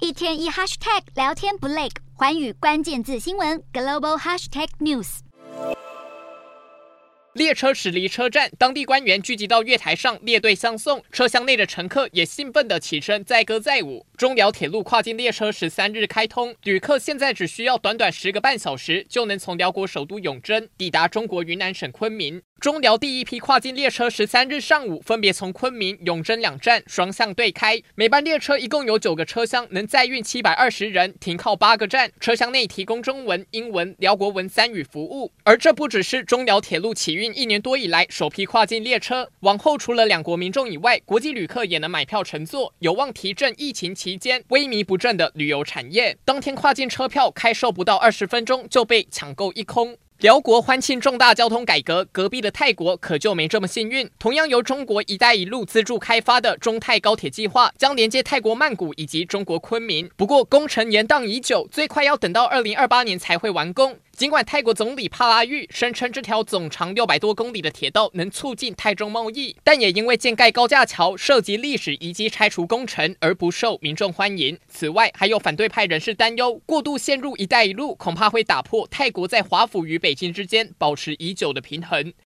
一天一 hashtag 聊天不累，寰宇关键字新闻 global hashtag news。 列车驶离车站，当地官员聚集到月台上列队相送，车厢内的乘客也兴奋地起身载歌载舞。中辽铁路跨境列车13日开通，旅客现在只需要短短10个半小时就能从辽国首都永贞抵达中国云南省昆明。中辽第一批跨境列车13日上午分别从昆明、永贞两站双向对开，每班列车一共有9个车厢，能载运720人，停靠8个站。车厢内提供中文、英文、辽国文3语服务。而这不只是中辽铁路起运1年多以来首批跨境列车，往后除了两国民众以外，国际旅客也能买票乘坐，有望提振疫情期间萎靡不振的旅游产业。当天跨境车票开售不到20分钟就被抢购一空。辽国欢庆重大交通改革，隔壁的泰国可就没这么幸运。同样由中国“一带一路”资助开发的中泰高铁计划，将连接泰国曼谷以及中国昆明。不过工程延宕已久，最快要等到2028年才会完工。尽管泰国总理帕拉育声称这条总长600多公里的铁道能促进泰中贸易，但也因为建盖高架桥涉及历史遗迹拆除工程而不受民众欢迎。此外，还有反对派人士担忧，过度陷入“一带一路”恐怕会打破泰国在华府与北京之间保持已久的平衡。